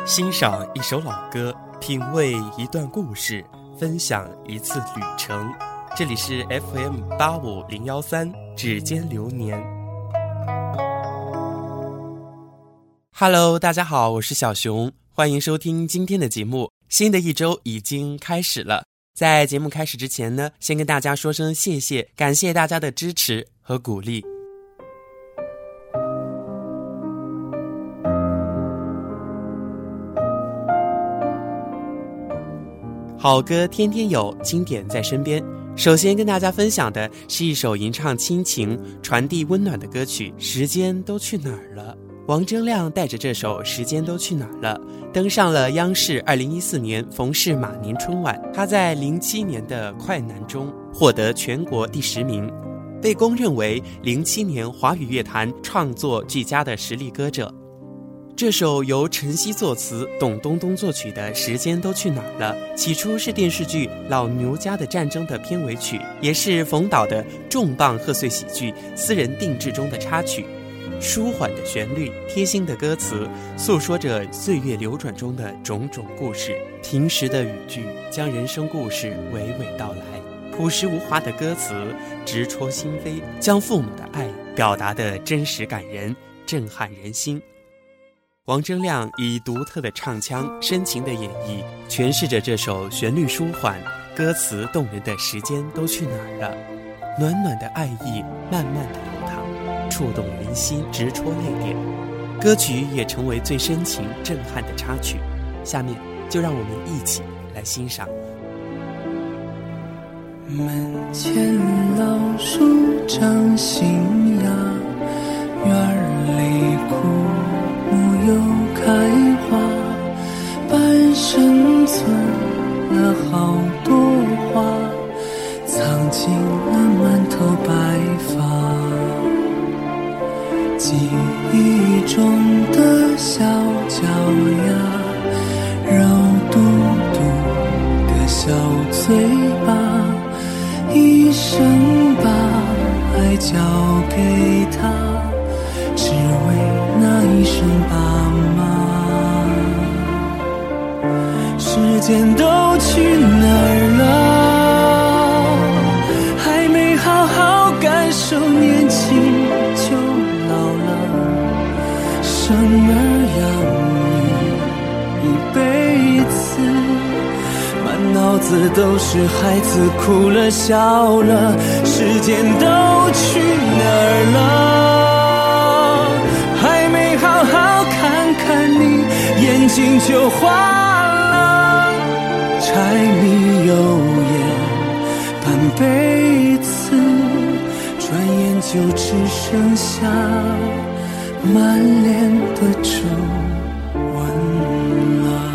欣赏一首老歌，品味一段故事，分享一次旅程。这里是 FM85013 指尖流年。Hello， 大家好，我是小熊，欢迎收听今天的节目。新的一周已经开始了，在节目开始之前呢，先跟大家说声谢谢，感谢大家的支持和鼓励。好歌天天有，经典在身边。首先跟大家分享的是一首吟唱亲情、传递温暖的歌曲《时间都去哪儿了》。王铮亮带着这首《时间都去哪儿了》登上了央视2014年冯氏马年春晚。他在07年的快男中获得全国第10名，被公认为07年华语乐坛创作俱佳的实力歌者。这首由陈曦作词、董冬冬作曲的《时间都去哪儿了》，起初是电视剧《老牛家的战争》的片尾曲，也是冯导的重磅贺岁喜剧《私人定制》中的插曲。舒缓的旋律，贴心的歌词，诉说着岁月流转中的种种故事。平实的语句将人生故事娓娓道来，朴实无华的歌词直戳心扉，将父母的爱表达得真实感人，震撼人心。王铮亮以独特的唱腔、深情的演绎，诠释着这首旋律舒缓、歌词动人的《时间都去哪儿了》。暖暖的爱意慢慢的流淌，触动人心，直戳泪点。歌曲也成为最深情、震撼的插曲。下面就让我们一起来欣赏。 门前老树长新芽，院里枯木又开花，半生存了好多话，藏进了满头白发。记忆中的小脚丫，肉嘟嘟的小嘴巴，一生把爱交给他，只为那一声爸妈。时间都去哪儿了？还没好好感受年轻就老了。生儿养女一辈子，满脑子都是孩子哭了笑了。时间都去哪儿了？还没好好看看你，眼睛就花了。柴米油盐半辈子，转眼就只剩下满脸的皱纹了。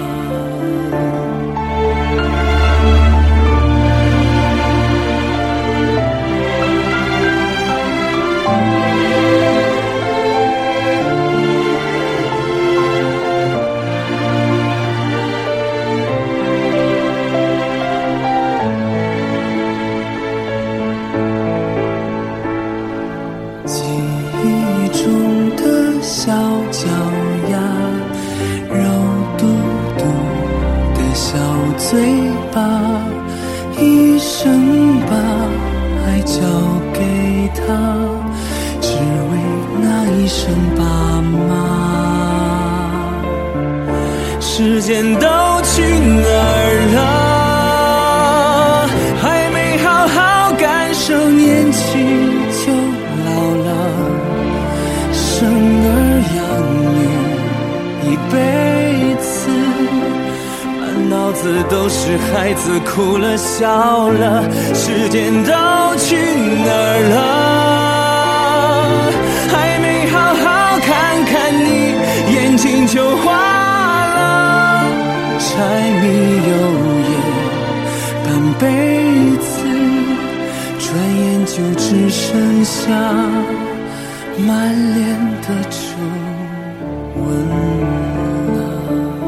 小脚丫，肉嘟嘟的小嘴巴，一生把爱交给他，只为那一声爸妈。时间都去哪儿了？还没好好感受年轻就老了。生儿养女一辈子，满脑子都是孩子哭了笑了。时间都去哪儿了？还没好好看看你，眼睛就花了。柴米油盐半辈子，转眼就只剩下满脸的皱纹了。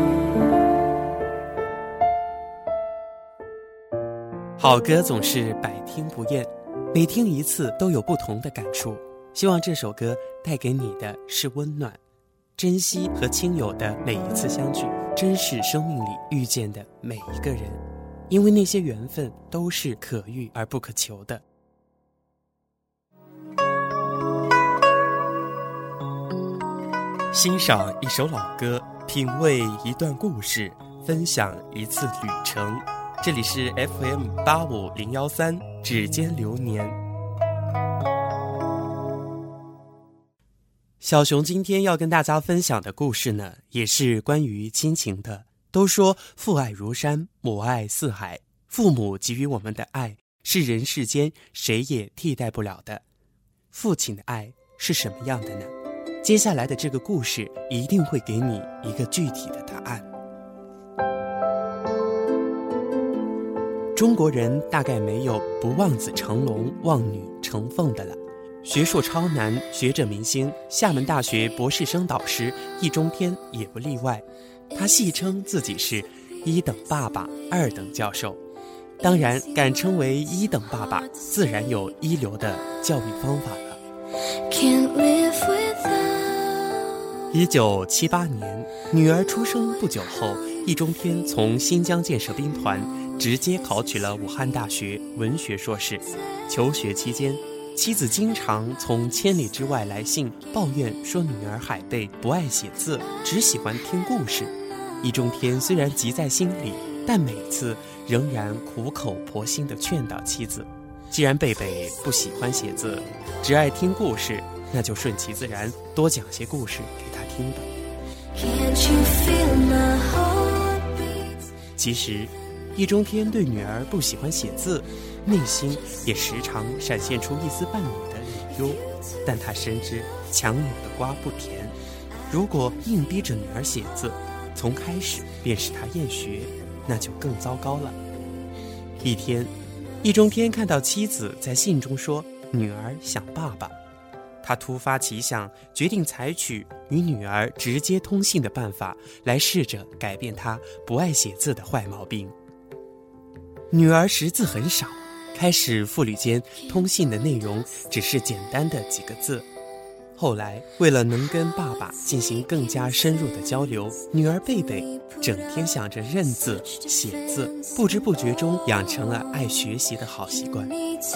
好歌总是百听不厌，每听一次都有不同的感触。希望这首歌带给你的是温暖、珍惜和亲友的每一次相聚。 珍视生命里遇见的每一个人，因为那些缘分都是可遇而不可求的。欣赏一首老歌，品味一段故事，分享一次旅程。这里是 FM85013 指尖流年。小熊今天要跟大家分享的故事呢，也是关于亲情的。都说父爱如山，母爱似海，父母给予我们的爱是人世间谁也替代不了的。父亲的爱是什么样的呢？接下来的这个故事一定会给你一个具体的答案。中国人大概没有不望子成龙、望女成凤的了。学术超男、学者明星，厦门大学博士生导师易中天也不例外。他戏称自己是一等爸爸、二等教授。当然，敢称为一等爸爸，自然有一流的教育方法了。1978年，女儿出生不久后，易中天从新疆建设兵团直接考取了武汉大学文学硕士。求学期间，妻子经常从千里之外来信抱怨说女儿海贝不爱写字，只喜欢听故事。易中天虽然急在心里，但每次仍然苦口婆心地劝导妻子，既然贝贝不喜欢写字，只爱听故事，那就顺其自然，多讲些故事给他听吧。其实易中天对女儿不喜欢写字，内心也时常闪现出一丝半缕的隐忧，但他深知强扭的瓜不甜，如果硬逼着女儿写字，从开始便使她厌学，那就更糟糕了。一天，易中天看到妻子在信中说女儿想爸爸，他突发奇想，决定采取与女儿直接通信的办法，来试着改变她不爱写字的坏毛病。女儿识字很少，开始父女间通信的内容只是简单的几个字。后来为了能跟爸爸进行更加深入的交流，女儿贝贝整天想着认字写字，不知不觉中养成了爱学习的好习惯。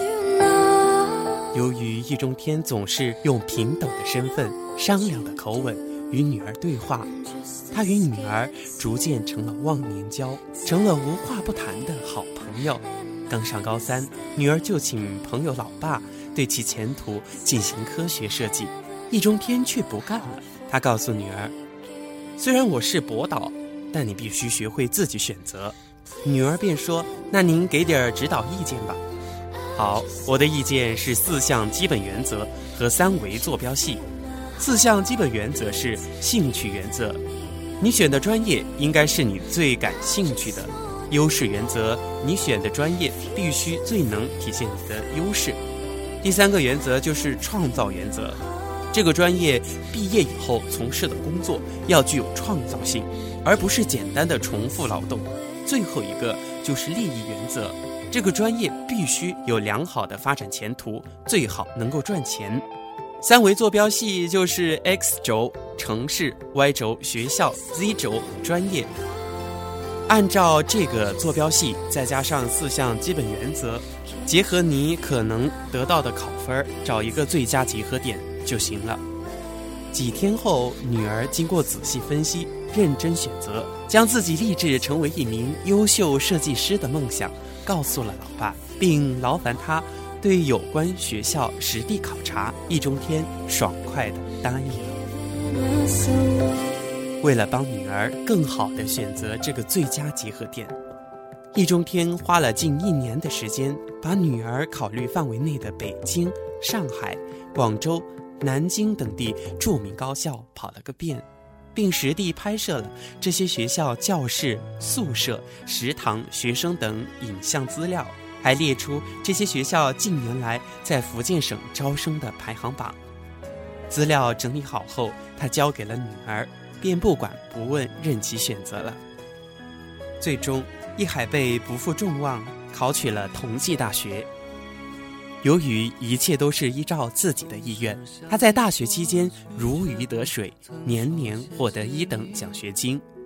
由于易中天总是用平等的身份、商量的口吻与女儿对话，他与女儿逐渐成了忘年交，成了无话不谈的好朋友。刚上高三，女儿就请朋友老爸对其前途进行科学设计，易中天却不干了。他告诉女儿，虽然我是博导，但你必须学会自己选择。女儿便说，那您给点指导意见吧。好，我的意见是4项基本原则和3维坐标系。4项基本原则是兴趣原则，你选的专业应该是你最感兴趣的。优势原则，你选的专业必须最能体现你的优势。第3个原则就是创造原则，这个专业毕业以后从事的工作要具有创造性，而不是简单的重复劳动。最后一个就是利益原则，这个专业必须有良好的发展前途，最好能够赚钱。3维坐标系就是 X 轴城市， Y 轴学校， Z 轴专业。按照这个坐标系再加上4项基本原则，结合你可能得到的考分，找一个最佳结合点就行了。几天后，女儿经过仔细分析，认真选择，将自己立志成为一名优秀设计师的梦想告诉了老爸，并劳烦他对有关学校实地考察。易中天爽快地答应了。为了帮女儿更好地选择这个最佳结合点，易中天花了近1年的时间，把女儿考虑范围内的北京、上海、广州、南京等地著名高校跑了个遍，并实地拍摄了这些学校教室、宿舍、食堂、学生等影像资料，还列出这些学校近年来在福建省招生的排行榜。资料整理好后，他交给了女儿，便不管不问任其选择了。最终，易海贝不负众望，考取了同济大学。由于一切都是依照自己的意愿，他在大学期间如鱼得水，年年获得1等奖学金。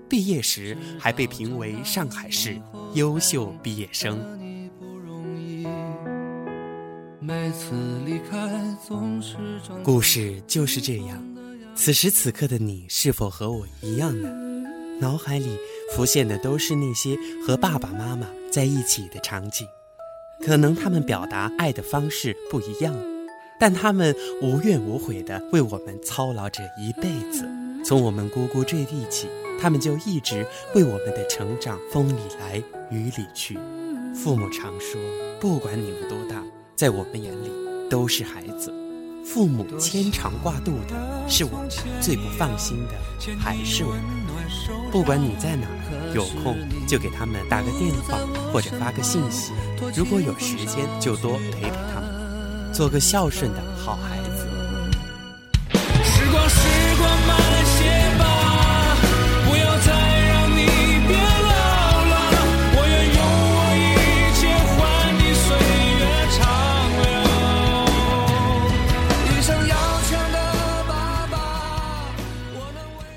毕业时还被评为上海市优秀毕业生。故事就是这样，此时此刻的你是否和我一样呢？脑海里浮现的都是那些和爸爸妈妈在一起的场景，可能他们表达爱的方式不一样，但他们无怨无悔地为我们操劳着一辈子。从我们呱呱坠地起，他们就一直为我们的成长风里来雨里去。父母常说，不管你们多大，在我们眼里都是孩子。父母牵肠挂肚的，是我们最不放心的还是我们。不管你在哪儿，有空就给他们打个电话或者发个信息，如果有时间就多陪陪他们，做个孝顺的好孩子。 时光慢些吧，不要再让你变老了，我愿用我一切换你岁月长流。一生要强的爸爸，我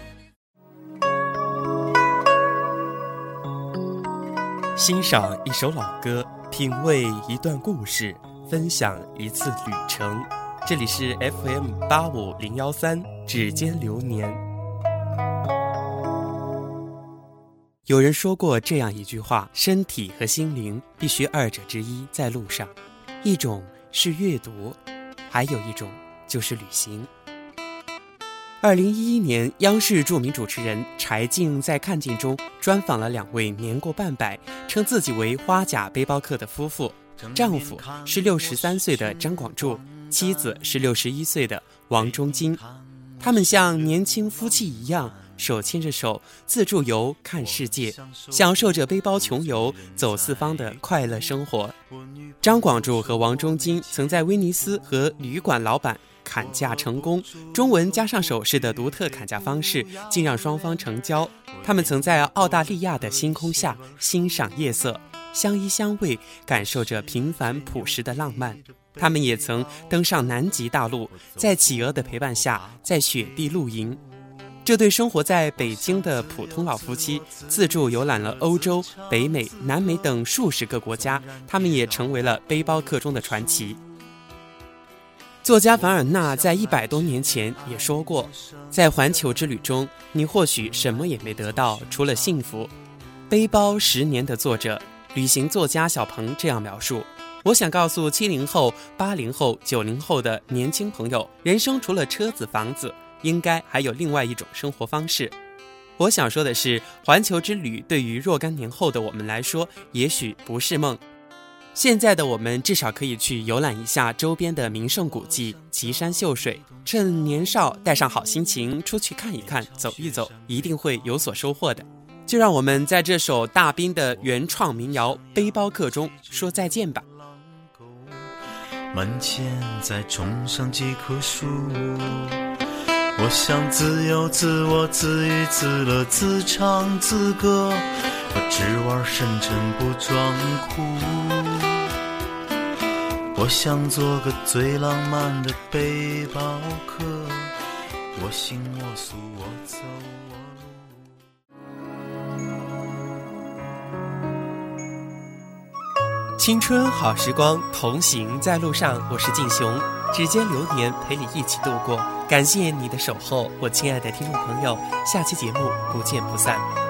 能为你。欣赏一首老歌，品味一段故事，分享一次旅程。这里是 FM85013 指尖流年。有人说过这样一句话，身体和心灵必须二者之一在路上，一种是阅读，还有一种就是旅行。2011年，央视著名主持人柴静在看镜中专访了2位年过半百，称自己为花甲背包客的夫妇，丈夫是63岁的张广柱，妻子是61岁的王中金。他们像年轻夫妻一样，手牵着手自助游看世界，享受着背包穷游走四方的快乐生活。张广柱和王中金曾在威尼斯和旅馆老板砍价成功，中文加上手势的独特砍价方式竟让双方成交。他们曾在澳大利亚的星空下欣赏夜色，相依相偎，感受着平凡朴实的浪漫。他们也曾登上南极大陆，在企鹅的陪伴下在雪地露营。这对生活在北京的普通老夫妻自助游览了欧洲、北美、南美等数十个国家，他们也成为了背包客中的传奇。作家凡尔纳在100多年前也说过，在环球之旅中，你或许什么也没得到，除了幸福。背包10年的作者、旅行作家小鹏这样描述，我想告诉70后、80后、90后的年轻朋友，人生除了车子、房子，应该还有另外一种生活方式。我想说的是，环球之旅对于若干年后的我们来说，也许不是梦。现在的我们至少可以去游览一下周边的名胜古迹、奇山秀水，趁年少带上好心情出去看一看、走一走，一定会有所收获的。就让我们在这首大斌的原创民谣《背包客》中说再见吧。 门前再种上几棵树，我想自由自我自娱自乐自唱自歌，我只玩深沉不装酷，我想做个最浪漫的背包客，我行我素我走我路。青春好时光，同行在路上，我是静雄，指尖流年陪你一起度过。感谢你的守候，我亲爱的听众朋友，下期节目不见不散。